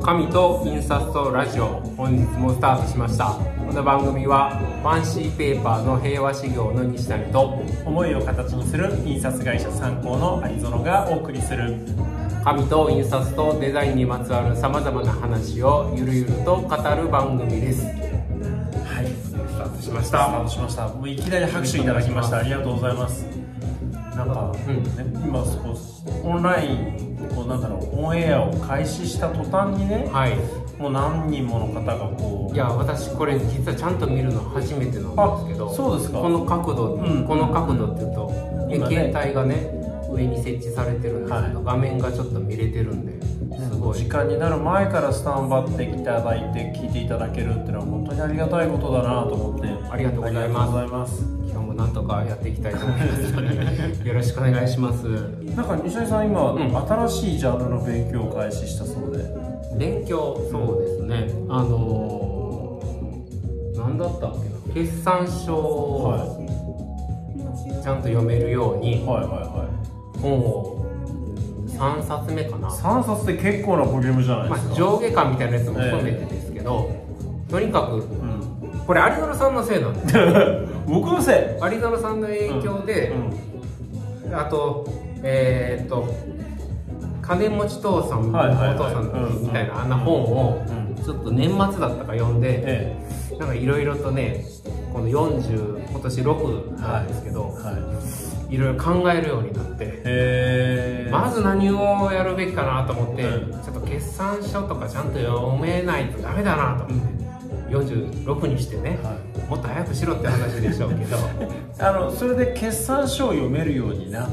紙と印刷とラジオ、本日もスタートしました。この番組はファンシーペーパーの平和修行の西谷と思いを形にする印刷会社三幸の有園がお送りする紙と印刷とデザインにまつわるさまざまな話をゆるゆると語る番組です。はい、スタートしました。 スタートしました。もういきなり拍手いただきました。ありがとうございます。なんか、今オンラインでオンエアを開始した途端にね、 はい、 もう何人もの方がこう、 いや私これ実はちゃんと見るの初めてなんですけど、 そうですか。 この角度、この角度っていうと、 今ね、 携帯がね上に設置されてるんですけど、画面がちょっと見れてるんで、すごい時間になる前からスタンバっていただいて聞いていただけるっていうのは本当にありがたいことだなと思って、 ありがとうございます。今日もなんとかやっていきたいと思いますのでよろしくお願いします。 なんか西谷さん今、新しいジャンルの勉強を開始したそうで。 勉強、そうですね、何だったっけな、決算書をちゃんと読めるように本を3冊目かな。 3冊って結構なボリュームじゃないですか。 上下巻みたいなやつも含めてですけど、とにかく、これ有園さんのせいなんです僕のせい。 有園さんの影響で、あと金持ち父さん、お父さんみたいなあんな本をちょっと年末だったか読んで、なんかいろいろとね、この今年6なんですけど、いろいろ考えるようになって、まず何をやるべきかなと思って、ちょっと決算書とかちゃんと読めないとダメだなと思って、46にしてね、もっと早くしろって話でしょうけどそれで決算書を読めるようになって、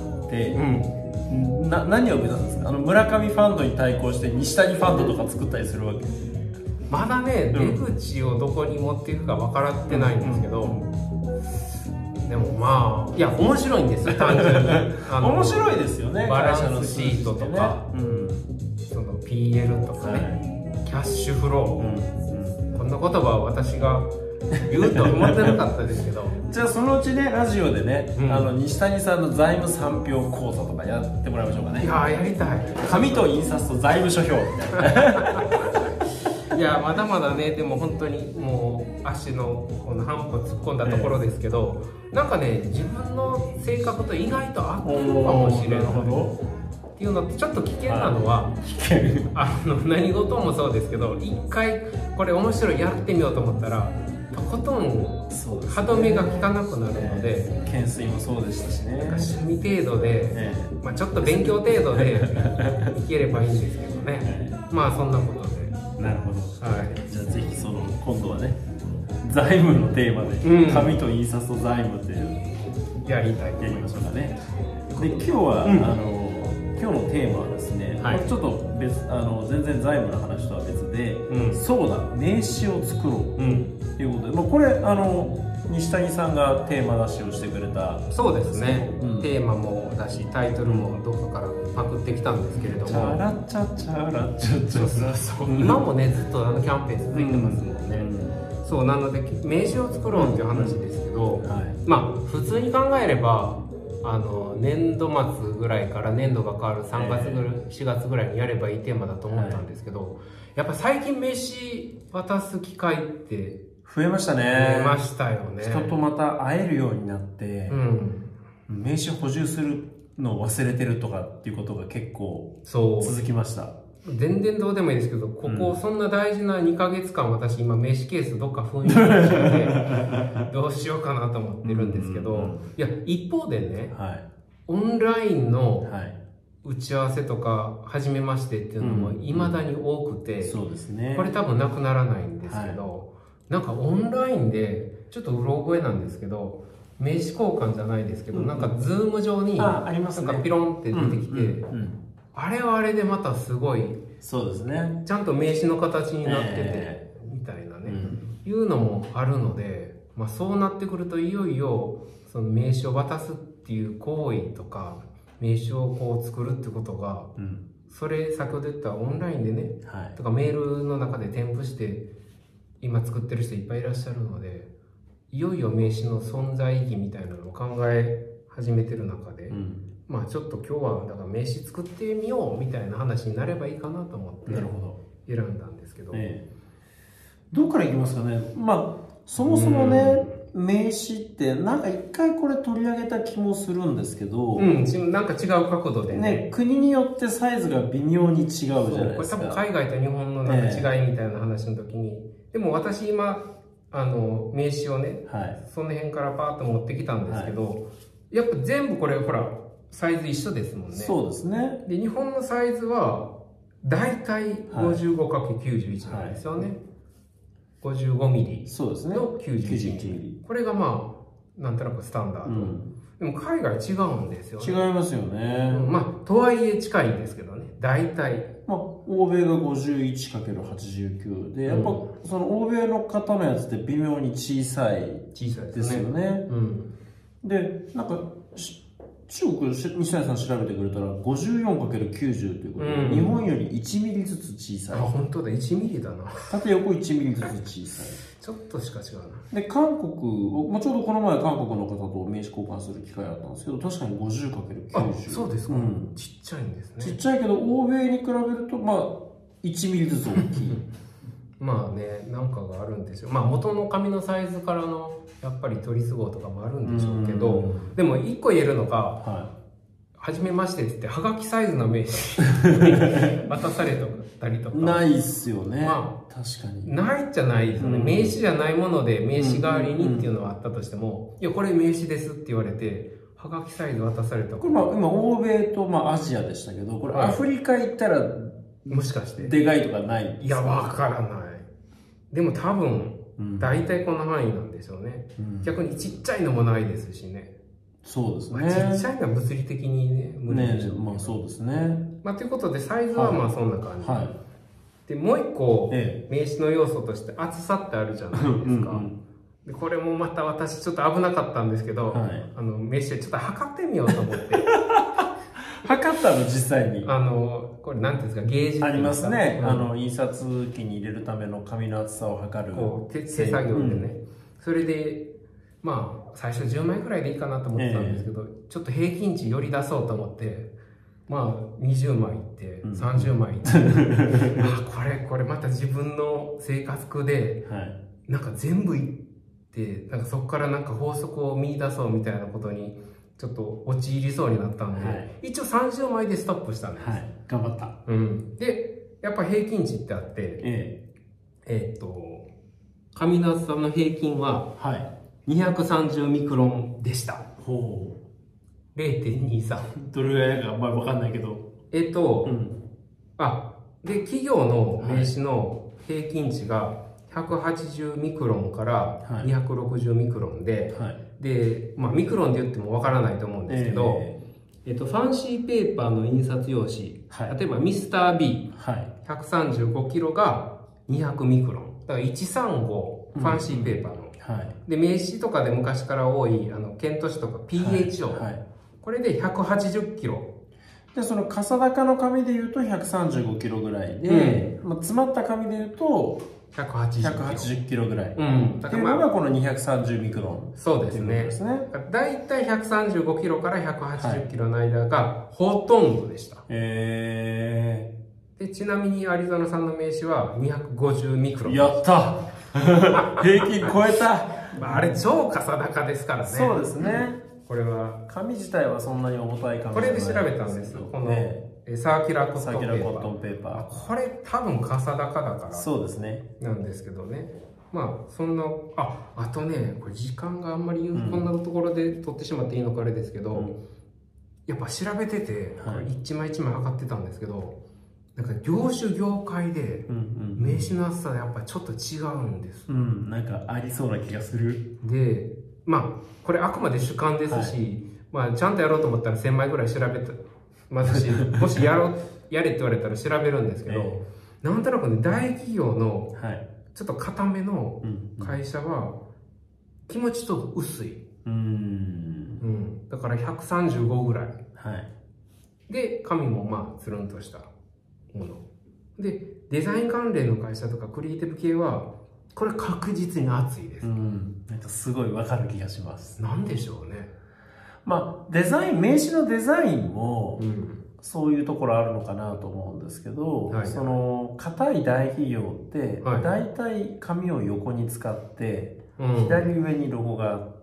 何を目指すんですか。村上ファンドに対抗して西谷ファンドとか作ったりするわけ。 まだね、出口をどこに持っていくか分からってないんですけど、でもまあいや面白いんですよ、単純に面白いですよね。 バランスシートとか、その PL とかね、キャッシュフロー、こんな言葉は私が言うとは思ってなかったですけどじゃあそのうちね、ラジオでね、西谷さんの財務3票講座とかやってもらいましょうかね。 いややりたい。 紙と印刷と財務諸表みたいないやまだまだね、でも本当にもう足のこの半歩突っ込んだところですけど、なんかね、自分の性格と意外と合ってるのかもしれないっていうのって、ちょっと危険なのは、何事もそうですけど、一回これ面白いやってみようと思ったらとことん歯止めが効かなくなるので、 懸垂もそうでしたしね、 趣味程度で、ちょっと勉強程度でいければいいんですけどね、まあそんなことで。 なるほど。じゃあぜひ今度はね、財務のテーマで、紙と印刷と財務っていうやりたいとやりましょうかね。で今日は、今日のテーマはですね、ちょっと全然財務の話とは別で、そうだ、名刺を作ろうということで、これ西谷さんがテーマ出しをしてくれた。 そうですね、テーマもだしタイトルもどこかからパクってきたんですけれども、 チャラチャチャラチャチャ、 そう今もねずっとキャンペーン続いてますもんね。そうなので名刺を作ろうっていう話ですけど、まあ普通に考えれば年度末ぐらいから年度が変わる3月ぐらい、4月ぐらいにやればいいテーマだと思ったんですけど、やっぱ最近名刺渡す機会って増えましたね。 増えましたよね。 人とまた会えるようになって、名刺補充するのを忘れてるとかっていうことが結構続きました。 全然どうでもいいですけど、ここそんな大事な2ヶ月間、私今名刺ケースどっか封印しちゃってどうしようかなと思ってるんですけど、いや一方でね、オンラインの打ち合わせとか初めましてっていうのもいまだに多くて、これ多分なくならないんですけど、なんかオンラインでちょっとうろ覚えなんですけど、名刺交換じゃないですけど、なんかズーム上になんかピロンって出てきて、あれはあれでまたすごい、 そうですね、 ちゃんと名刺の形になってて、みたいなね、いうのもあるので、そうなってくるといよいよその名刺を渡すっていう行為とか名刺をこう作るってことが、それ先ほど言ったオンラインでね、とかメールの中で添付して今作ってる人いっぱいいらっしゃるので、いよいよ名刺の存在意義みたいなのを考え始めてる中で、ちょっと今日はだから名刺作ってみようみたいな話になればいいかなと思って選んだんですけど、 どっからいきますかね。まあそもそもね、名刺ってなんか一回これ取り上げた気もするんですけど、 なんか違う角度でね、 国によってサイズが微妙に違うじゃないですか。 これ多分海外と日本のなんか違いみたいな話の時に、でも私今名刺をね、その辺からパーッと持ってきたんですけど、やっぱ全部これほらサイズ一緒ですもんね。 そうですね。 で日本のサイズはだいたい 55×91 なんですよね。55ミリの91ミリ。これがまあなんとなくスタンダード。でも海外違うんですよね。 違いますよね。 まあとはいえ近いんですけどね。大体。 まあ欧米が 51×89 で、やっぱその欧米の方のやつって微妙に小さいですよね。でなんか中国西谷さん調べてくれたら 54×90 ということで、日本より1ミリずつ小さい。 本当だ、1ミリだな。 縦横1ミリずつ小さい。 ちょっとしか違うな。で韓国、ちょうどこの前韓国の方と名刺交換する機会あったんですけど、確かに 50×90。 そうですか。ちっちゃいんですね。 ちっちゃいけど欧米に比べるとまあ1ミリずつ大きい。 まあね、なんかがあるんですよ。まあ元の紙のサイズからのやっぱり取り都合とかもあるんでしょうけど、でも一個言えるのが、はじめましてって言ってはがきサイズの名刺渡されたりとかないっすよね。まあ確かにないじゃないですよね。名刺じゃないもので名刺代わりにっていうのはあったとしても、いやこれ名刺ですって言われてはがきサイズ渡された。 これ今欧米とアジアでしたけど、これアフリカ行ったらもしかしてでかいとかないんですか？ いやわからない。でも多分大体この範囲なんでしょうね。逆にちっちゃいのもないですしね。 そうですね。 ちっちゃいのは物理的にね無理でしょう。 まあそうですね。 まあということでサイズはまあそんな感じ。でもう一個名刺の要素として厚さってあるじゃないですか。でこれもまた私ちょっと危なかったんですけど、名刺でちょっと測ってみようと思って。 測ったの実際に。 これなんていうんですか、ゲージありますね。印刷機に入れるための紙の厚さを測る。 こう手作業でね。それでまあ最初10枚くらいでいいかなと思ってたんですけど、ちょっと平均値寄り出そうと思って、まあ20枚いって30枚いってこれまた自分の性格でなんか全部いってなんかそこからなんか法則を見出そうみたいなことにちょっと陥りそうになったんで、一応30枚でストップしたんです。 頑張った。 でやっぱ平均値ってあって、紙の厚さの平均は230ミクロンでした。0.23。 どれぐらいかあんまり分かんないけど。 で企業の名刺の平均値が180ミクロンから260ミクロンで、で、まあミクロンで言っても分からないと思うんですけど、ファンシーペーパーの印刷用紙、例えばミスター B、135キロが200ミクロン。だから135、ファンシーペーパーの。で、名刺とかで昔から多い、ケント紙とか PHO、これで180キロ。 で、その傘高の紙で言うと135キロぐらいで、詰まった紙で言うと180キロぐらい。っていうのがこの230ミクロン。 そうですね。だいたい135キロから180キロの間がほとんどでした。で、ちなみにアリゾナさんの名刺は250ミクロン。 やった平均超えたあれ超傘高ですからね。 そうですね。 これは紙自体はそんなに重たい紙じゃない。 これで調べたんですよ。このサーキュラーコットンペーパー。これ多分傘高だから。 そうですね。 なんですけどね。まあそんなあとね、これ時間があんまりこんなところで取ってしまっていいのかあれですけど、やっぱ調べてて一枚一枚測ってたんですけど、なんか業種業界で名刺の厚さでやっぱちょっと違うんです。 なんかありそうな気がする。 で、まあこれあくまで主観ですし、まあちゃんとやろうと思ったら1000枚ぐらい調べますし、もしやれって言われたら調べるんですけど、なんとなくね大企業のちょっと固めの会社は気持ちちょっと薄い。だから135ぐらい。で紙もまあつるんとしたもので、デザイン関連の会社とかクリエイティブ系はこれ確実に厚いです。 なんかすごいわかる気がします。 なんでしょうね。 まあ名刺のデザインも、 そういうところあるのかなと思うんですけど、その硬い大企業って大体紙を横に使って、左上にロゴがあって、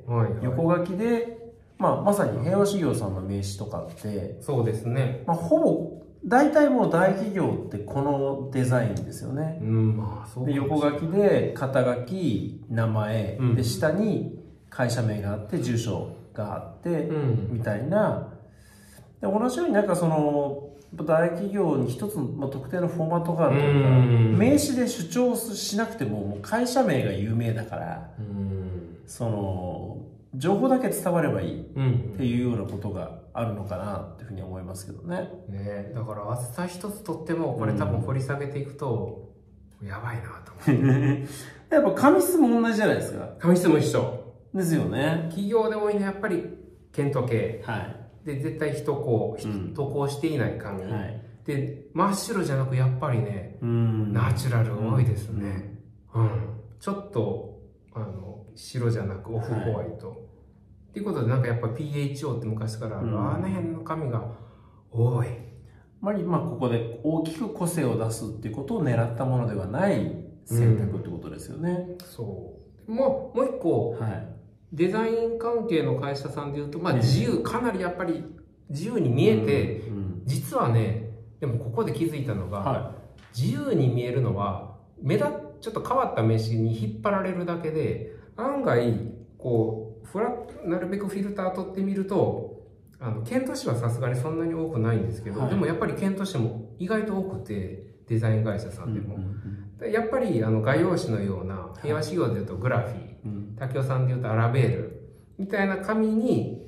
横書きで、まさに平和修行さんの名刺とかって、 そうですね。 ほぼ大体もう大企業ってこのデザインですよね。で横書きで肩書き、名前、で下に会社名があって住所があって、みたいな。で同じようになんかその大企業に一つの特定のフォーマットがあるとか、名刺で主張しなくてももう会社名が有名だから、その情報だけ伝わればいいっていうようなことがあるのかなっていうふうに思いますけどね。 だから厚さ一つとってもこれ多分掘り下げていくとやばいなと思って。 やっぱ紙質も同じじゃないですか。 紙質も一緒ですよね。 企業で多いのはやっぱりケント系。で絶対塗装していない紙、で真っ白じゃなくやっぱりねナチュラル多いですね。ちょっと白じゃなくオフホワイト、っていうことでなんかやっぱ PHO って昔からあるあの辺の紙が多い。 ここで大きく個性を出すっていうことを狙ったものではない選択ってことですよね。 そうもう一個、デザイン関係の会社さんでいうと、自由、かなりやっぱり自由に見えて、実はね、でもここで気づいたのが、自由に見えるのは、ちょっと変わった名刺に引っ張られるだけで、案外、なるべくフィルター取ってみると、ケント紙はさすがにそんなに多くないんですけど、でもやっぱりケント紙も意外と多くて、デザイン会社さんでも。やっぱり画用紙のような、平和仕様でいうとグラフィー、竹雄さんでいうとアラベールみたいな紙に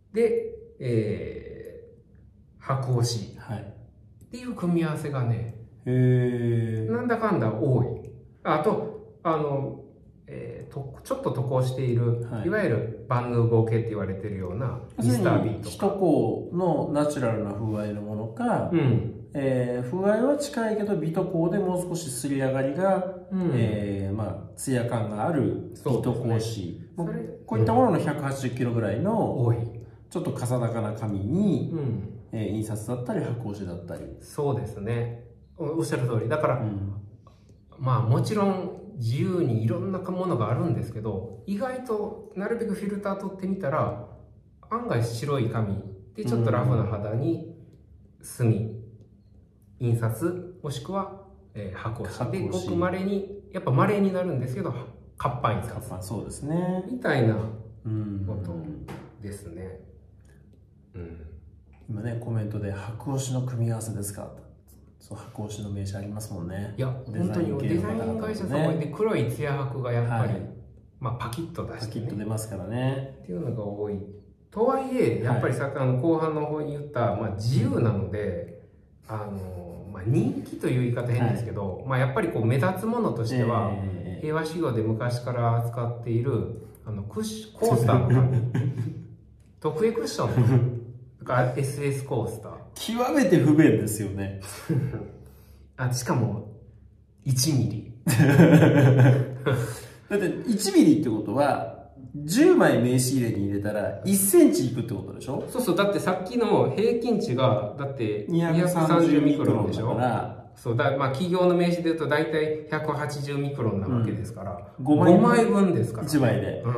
白押しっていう組み合わせがね、なんだかんだ多い。あとちょっと渡航している、いわゆるバンヌーボー系って言われてるようなミスタービーとか、 首都高のナチュラルな風合いのものか、風合いは近いけどビトコーでもう少しすり上がりが、ツヤ感があるビトコー紙、こういったものの180キロぐらいのちょっとかさ高な紙に、印刷だったり白押しだったり。 そうですね、おっしゃる通りだから、もちろん自由にいろんなものがあるんですけど、意外となるべくフィルター取ってみたら案外白い紙でちょっとラフな肌に墨印刷もしくは、白押しでごくまれにやっぱまれになるんですけど活版印刷、 そうですね、 みたいなことですね。 今ねコメントで白押しの組み合わせですか、白押しの名刺ありますもんね。 いや本当にデザイン会社さんで黒いツヤ白がやっぱり、パキッと出して、 パキッと出ますからねっていうのが多い。とはいえやっぱり後半の方に言った、自由なので人気という言い方変ですけど、やっぱり目立つものとしては、平和仕様で昔から扱っているコースターの紙特 A クッションの紙SS コースター極めて不便ですよねしかも1ミリだって1ミリってことは10枚名刺入れに入れたら1センチいくってことでしょ。 そうだってさっきの平均値がだって230ミクロンでしょ。企業の名刺でいうと大体180ミクロンなわけですから、5枚分ですから 1枚で、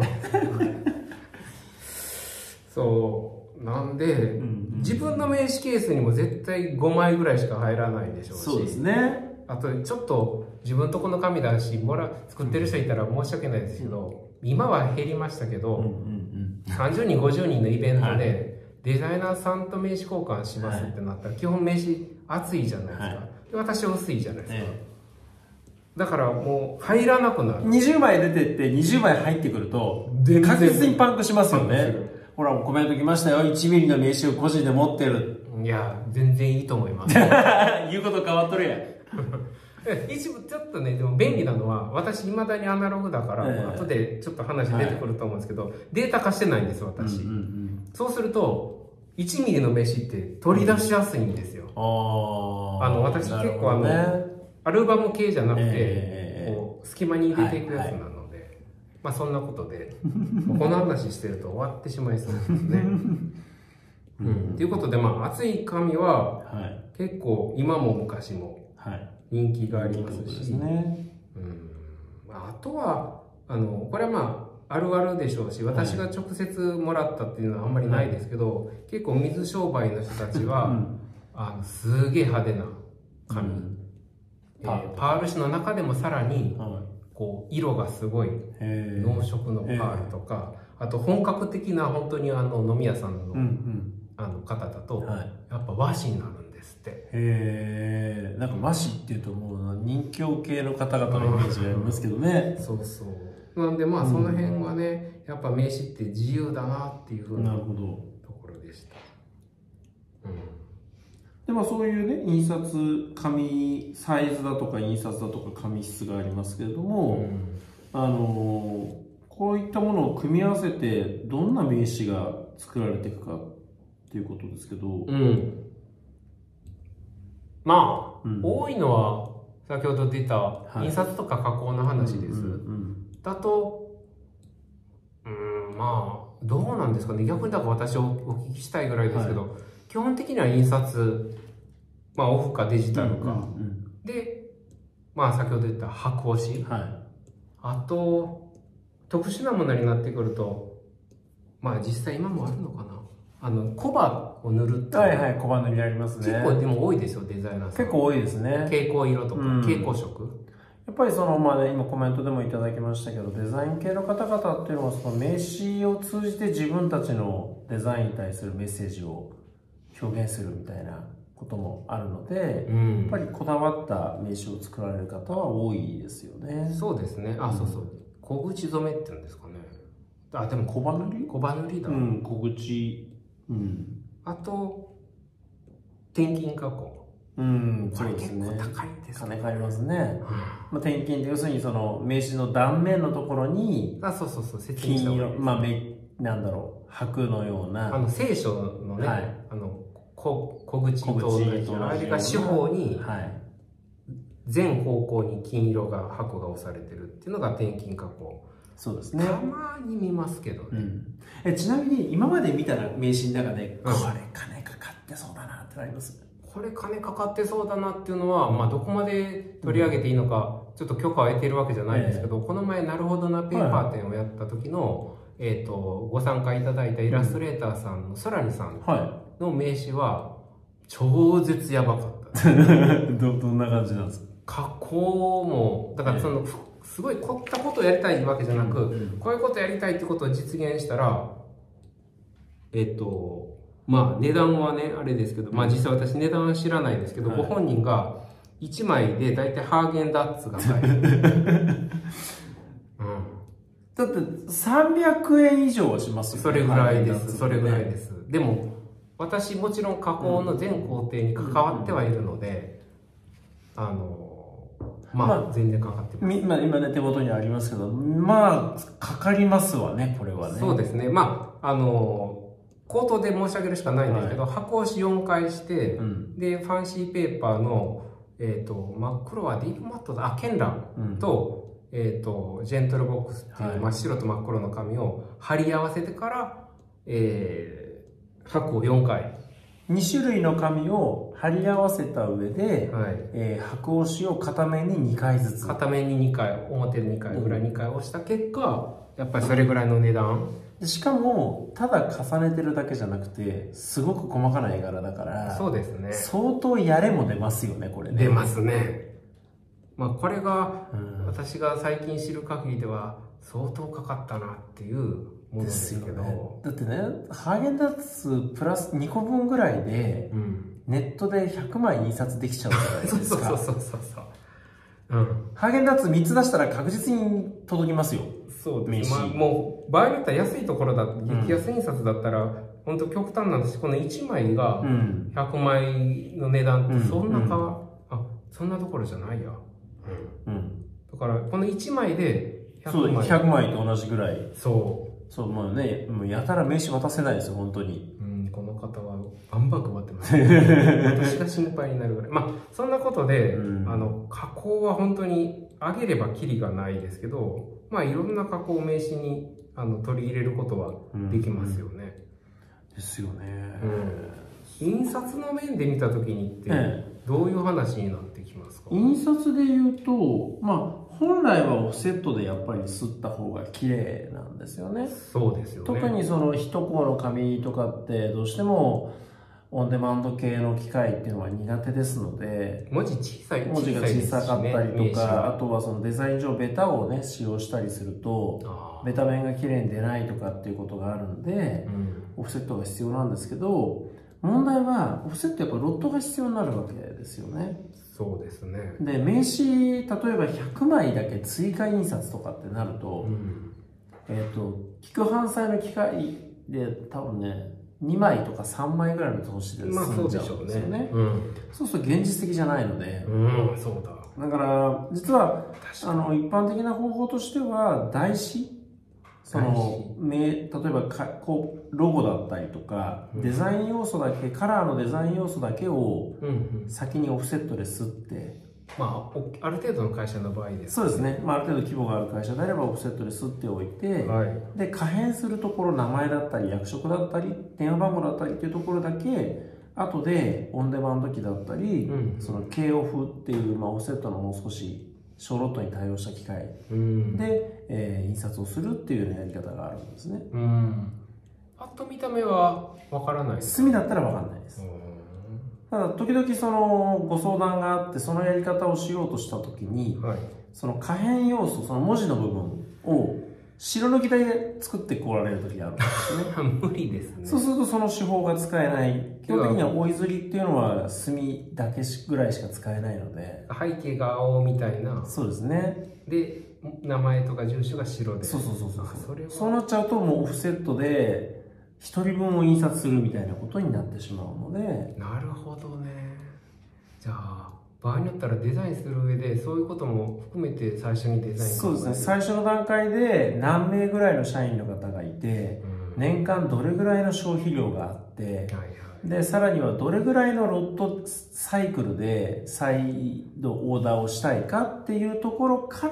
そうなんで、自分の名刺ケースにも絶対5枚ぐらいしか入らないでしょうし、 そうですね。 あとちょっと自分とこの紙だし作ってる人いたら申し訳ないですけど、今は減りましたけど、30人50人のイベントでデザイナーさんと名刺交換しますってなったら基本名刺厚いじゃないですか、で私は薄いじゃないですか、だからもう入らなくなる。 20枚出てって20枚入ってくると確実にパンクしますよね。ほらコメント来ましたよ、1ミリの名刺を個人で持ってる。 いや全然いいと思います言うこと変わっとるやん一部ちょっとねでも便利なのは、私未だにアナログだから、後でちょっと話出てくると思うんですけど、データ化してないんです私、そうすると1ミリの名刺って取り出しやすいんですよ。私結構アルバム系じゃなくて、隙間に入れていくやつなので、そんなことでこの話してると終わってしまいそうですねということで、厚い紙は結構今も昔も人気がありますし、あとはこれはあるあるでしょうし、私が直接もらったっていうのはあんまりないですけど、結構水商売の人たちはすげえ派手な紙、パール紙の中でもさらにこう色がすごい濃色のパールとか、あと本格的な本当に飲み屋さんの方だとやっぱ和紙になるんですって。 なんか和紙っていうともう人形系の方々のイメージがありますけどね。 そうそう。なんでその辺はね、やっぱ名刺って自由だなっていうふうなところでした。 でそういうね、印刷紙サイズだとか印刷だとか紙質がありますけれども、こういったものを組み合わせてどんな名刺が作られていくかっていうことですけど、 多いのは先ほど出た印刷とか加工の話です。だとどうなんですかね、逆にだから私お聞きしたいぐらいですけど、基本的には印刷、オフかデジタルか、で先ほど言った箔押し、あと特殊なものになってくると実際今もあるのかな、小刃を塗るっていう、 小刃塗りありますね。 結構でも多いですよ、デザイナーさん。 結構多いですね。 蛍光色とか蛍光色、 やっぱり今コメントでもいただきましたけど、デザイン系の方々っていうのはその名刺を通じて自分たちのデザインに対するメッセージを表現するみたいなこともあるので、やっぱりこだわった名刺を作られる方は多いですよね。 そうですね。そうそう。小口染めっていうんですかね。でも小刃塗り？ 小刃塗りだ。 小口。 あと転金加工。 これ結構高いんです。 金かかりますね。転金って要するにその名刺の断面のところに金色、なんだろう、箔のような聖書のね、小口と同じあれが四方に全方向に金色が箔が押されてるっていうのが転金加工。 そうですね。 たまに見ますけどね。 ちなみに今まで見た名刺の中でこれ金かかってそうだなってなります？ これ金かかってそうだなっていうのは、どこまで取り上げていいのかちょっと許可を得ているわけじゃないんですけど、この前なるほどなペーパー展をやった時の、ご参加いただいたイラストレーターさんの空にさんの名刺は超絶やばかった。 どんな感じなんですか？ 加工もだからすごい凝ったことをやりたいわけじゃなく、こういうことやりたいってことを実現したら値段はねあれですけど、実際私値段は知らないですけど、ご本人が1枚で大体ハーゲンダッツが買えるだって300円以上はしますよね。 それぐらいです。それぐらいです。でも私もちろん加工の全工程に関わってはいるので、全然かかってます。 今ね手元にありますけど、かかりますわね、これはね。 そうですね。口頭で申し上げるしかないんですけど、箱押し4回して、でファンシーペーパーの真っ黒はディープマットだ、ケンランと、ジェントルボックスっていう真っ白と真っ黒の紙を貼り合わせてから、箱を4回。 2種類の紙を貼り合わせた上で、箔押しを片面に2回ずつ。 片面に2回、表に2回ぐらい2回押した結果、やっぱりそれぐらいの値段。 しかもただ重ねてるだけじゃなくてすごく細かな絵柄だから、 そうですね、 相当やれも出ますよね、これね。 出ますね。これが私が最近知る限りでは相当かかったなっていうものですけど、 だってね、ハーゲンダッツプラス2個分ぐらいで、ネットで100枚印刷できちゃうじゃないですか。 そうハーゲンダッツ3つ出したら確実に届きますよ。 そうです。もう場合によっては安いところだと、激安印刷だったら本当極端なんです。この1枚が100枚の値段ってそんなそんなところじゃないや。だからこの1枚で 100枚と同じぐらい。 そうもうね、もうやたら名刺渡せないですよ、本当に。 この方はバンバン配ってます。私が心配になるぐらい。そんなことで、加工は本当に上げればキリがないですけど、いろんな加工を名刺に取り入れることはできますよね。 ですよね。 印刷の面で見た時にってどういう話になってきますか？ 印刷で言うと、本来はオフセットでやっぱり刷った方が綺麗なんですよね。 そうですよね。 特にその一項の紙とかってどうしてもオンデマンド系の機械っていうのは苦手ですので、 文字が小さかったりとか、あとはそのデザイン上ベタをね使用したりするとベタ面が綺麗に出ないとかっていうことがあるんで、オフセットが必要なんですけど、問題はオフセットやっぱロットが必要になるわけですよね。 そうですね。 で名刺例えば100枚だけ追加印刷とかってなると、菊半載の機械で多分ね2枚とか3枚ぐらいの投資で済んじゃうんですよね。そうすると現実的じゃないので、 そうだ。 だから実は一般的な方法としては台紙、例えばこうロゴだったりとか、デザイン要素だけ、カラーのデザイン要素だけを先にオフセットで刷って、 ある程度の会社の場合です。 そうですね、ある程度規模がある会社であればオフセットで刷っておいて、で可変するところ、名前だったり役職だったり電話番号だったりっていうところだけ後でオンデマンド機だったり、その K オフっていう、オフセットのもう少し小ロットに対応した機械で、印刷をするっていうようなやり方があるんですね。 あと見た目はわからないです。 墨だったらわかんないです。ただ時々そのご相談があって、そのやり方をしようとした時に、その可変要素、その文字の部分を白抜きで作ってこられる時があるんですね。 無理ですね。 そうするとその手法が使えない。基本的には追い刷りっていうのは墨だけぐらいしか使えないので、 背景が青みたいな。 そうですね。 で名前とか住所が白で、 そうなっちゃうともうオフセットで1人分を印刷するみたいなことになってしまうので。 なるほどね。じゃあ場合によったらデザインする上でそういうことも含めて最初にデザイン。 そうですね、最初の段階で何名ぐらいの社員の方がいて、年間どれぐらいの消費量があって、でさらにはどれぐらいのロットサイクルで再度オーダーをしたいかっていうところから、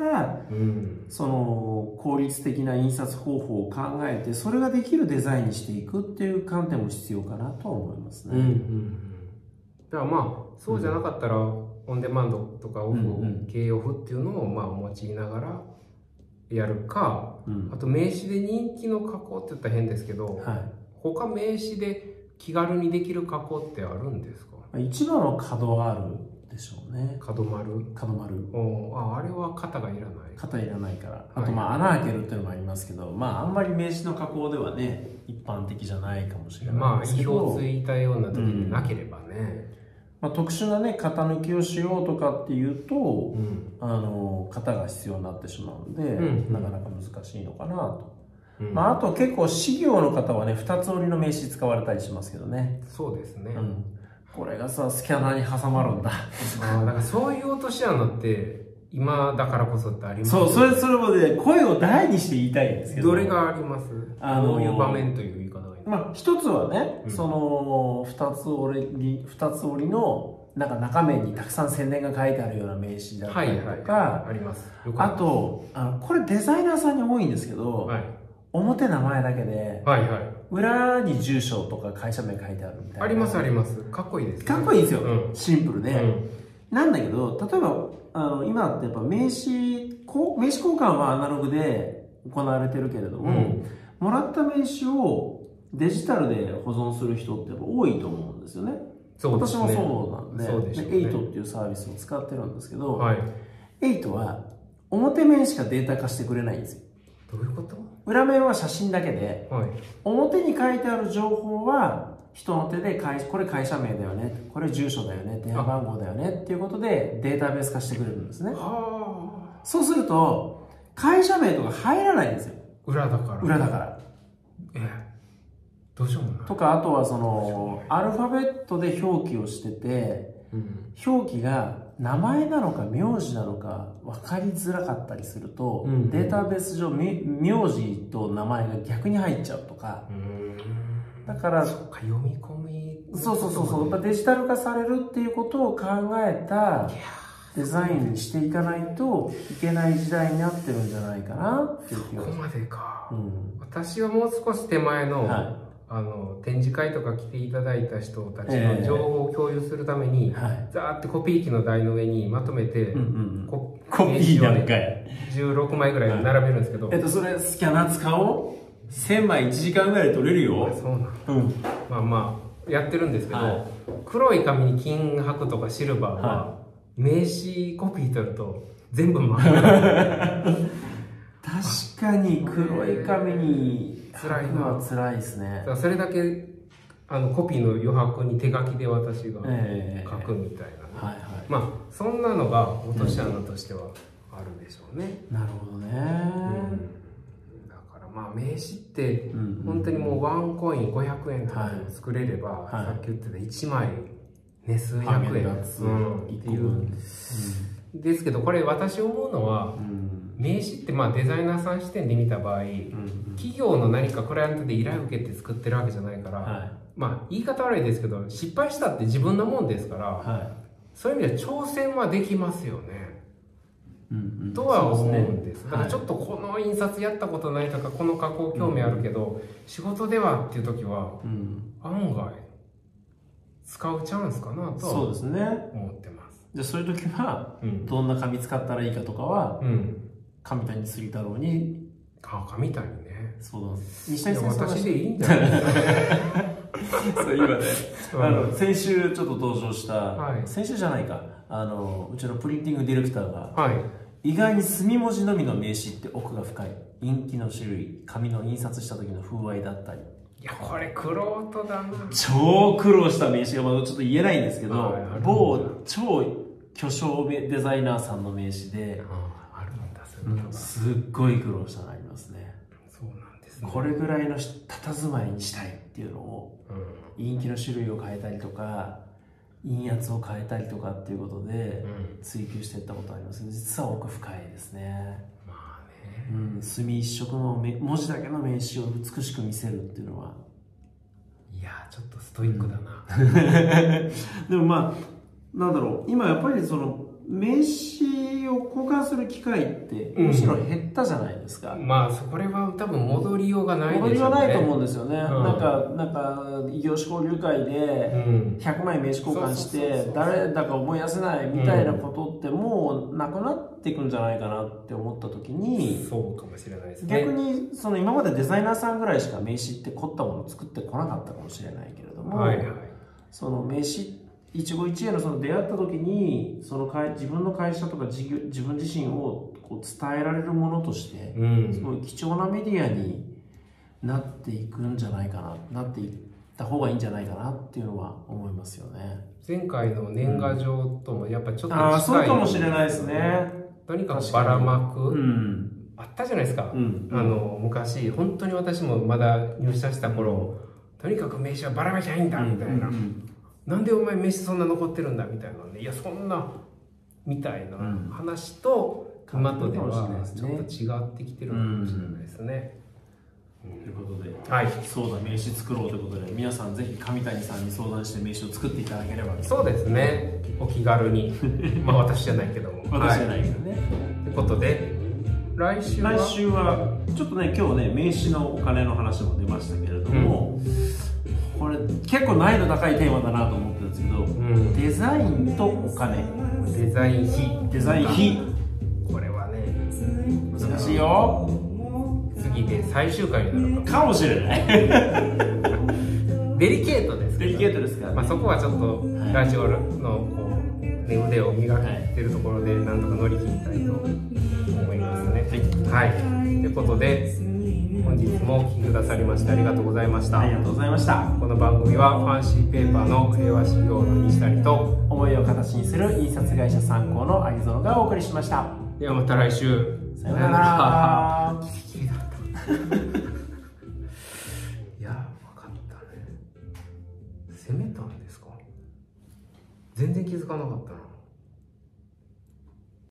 その効率的な印刷方法を考えて、それができるデザインにしていくっていう観点も必要かなと思いますね。 だからそうじゃなかったら、オンデマンドとかオフ、Kオフっていうのを用いながらやるか、あと名刺で人気の加工って言ったら変ですけど、他名刺で気軽にできる加工ってあるんですか？ 一番は角あるでしょうね。 角丸。あれは型がいらない。 型いらないから。あと穴開けるっていうのもありますけど、あんまり名刺の加工ではね一般的じゃないかもしれないですけど、 意表ついたような時になければね、 特殊なね型抜きをしようとかっていうと、型が必要になってしまうんで、なかなか難しいのかなと。あと結構事業の方はね2つ折りの名刺使われたりしますけどね。 そうですね。 これがさスキャナーに挟まるんだ。 だからそういう落とし穴って今だからこそってあります。 それもね声を大にして言いたいんですけど。 どれがあります？どういう場面という言い方がいい？ 一つはね、その2つ折りの中面にたくさん宣伝が書いてあるような名刺だったりとか、 あります。 あとこれデザイナーさんに多いんですけど、表名前だけで、裏に住所とか会社名書いてあるみたいな。 ありますあります。かっこいいですね。 かっこいいんですよ、シンプルで。なんだけど、例えば今ってやっぱ名刺交換はアナログで行われてるけれども、もらった名刺をデジタルで保存する人ってやっぱ多いと思うんですよね。私もそうなんで、エイトっていうサービスを使ってるんですけど、エイトは表面しかデータ化してくれないんですよ。 どういうこと？ 裏面は写真だけで、表に書いてある情報は人の手でこれ会社名だよね、これ住所だよね、電話番号だよねっていうことでデータベース化してくれるんですね。そうすると会社名とか入らないんですよ。 裏だから。どうしようもない。 とか、あとはそのアルファベットで表記をしてて、表記が名前なのか名字なのか分かりづらかったりすると、データベース上名字と名前が逆に入っちゃうとか。だから読み込み、 そうデジタル化されるっていうことを考えたデザインにしていかないといけない時代になってるんじゃないかなっていう気が。 そこまでか。私はもう少し手前の、 展示会とか来ていただいた人たちの情報を共有するために、ザーってコピー機の台の上にまとめて、 コピーなんかい 16枚ぐらい並べるんですけど、 それスキャナー使おう。1000枚1時間ぐらいで取れるよ。 そうなん、まあやってるんですけど、黒い紙に金箔とかシルバーは、名刺コピー取ると全部回る。 確かに黒い紙に辛いのは辛いですね。 それだけコピーの余白に手書きで私が書くみたいな、まあそんなのが落とし穴としてはあるでしょうね。 なるほどね。 だからまあ名刺って本当にもうワンコイン500円とかでも作れれば、さっき言ってた1枚ね数百円っていうですけど、これ私思うのは、名刺ってまあデザイナーさん視点で見た場合、企業の何かクライアントで依頼を受けて作ってるわけじゃないから、まあ言い方悪いですけど失敗したって自分のもんですから、そういう意味では挑戦はできますよね、とは思うんです。だからちょっとこの印刷やったことないとかこの加工興味あるけど、仕事ではっていう時は、案外使うチャンスかなとは思ってます。 じゃあそういう時は、どんな紙使ったらいいかとかは、上谷杉太郎に。 上谷ね。 そうだ。西谷先生、私でいいんじゃないですか。 そう今ね、先週ちょっと登場した、先週じゃないか、うちのプリンティングディレクターが、意外に墨文字のみの名刺って奥が深い。インキの種類、紙の印刷した時の風合いだったり。 いや、これ苦労とだな。 超苦労した名刺がまだちょっと言えないんですけど、某超巨匠デザイナーさんの名刺で、すっごい苦労したのありますね。 そうなんですね。 これぐらいの佇まいにしたいっていうのを、インキの種類を変えたりとか印圧を変えたりとかっていうことで追求していったことありますけど、実は奥深いですね。 まあね、 墨一色の文字だけの名刺を美しく見せるっていうのは、 いやちょっとストイックだな。 でもまあなんだろう、今やっぱりその名刺を交換する機会ってむしろ減ったじゃないですか。 まあこれは多分戻りようがないでしょうね。 戻りはないと思うんですよね。なんか異業種交流会で100枚名刺交換して誰だか思い出せないみたいなことってもうなくなっていくんじゃないかなって思った時に、 そうかもしれないですね。 逆にその今までデザイナーさんぐらいしか名刺って凝ったものを作ってこなかったかもしれないけれども、その名刺一期一会のその出会った時にその自分の会社とか自分自身をこう伝えられるものとして、すごい貴重なメディアになっていくんじゃないかな、なっていった方がいいんじゃないかなっていうのは思いますよね。 前回の年賀状ともやっぱちょっと近い、 そうかもしれないですね。 とにかくばらまく、あったじゃないですか、昔本当に私もまだ入社した頃、とにかく名刺はばらまきゃいいんだみたいな、なんでお前名刺そんな残ってるんだみたいなね、いやそんなみたいな話と今とではちょっと違ってきてるかもしれないですね。 ということで、はい、そうだ名刺作ろうということで、皆さんぜひ上谷さんに相談して名刺を作っていただければ。 そうですね、お気軽にまあ私じゃないけども、 私じゃないけどね。 ということで来週はちょっとね、今日ね名刺のお金の話も出ましたけれども、これ結構難易度高いテーマだなと思ってるんですけど、デザインとお金、 デザイン費、これはね難しいよ。 次で最終回になるかもしれない。 デリケートですけど、 デリケートですから、 まあそこはちょっとラジオのこう、ね、腕を磨いてるところでなんとか乗り切りたいと思いますね。はい、ということで本日もお聞きくださりましてありがとうございました。 ありがとうございました。 この番組はファンシーペーパーの平和修行の西谷と思いを形にする印刷会社参考の有園がお送りしました。 ではまた来週。 さようなら。 ギリギリだった。いや、分かったね。攻めたんですか？全然気づかなかったな。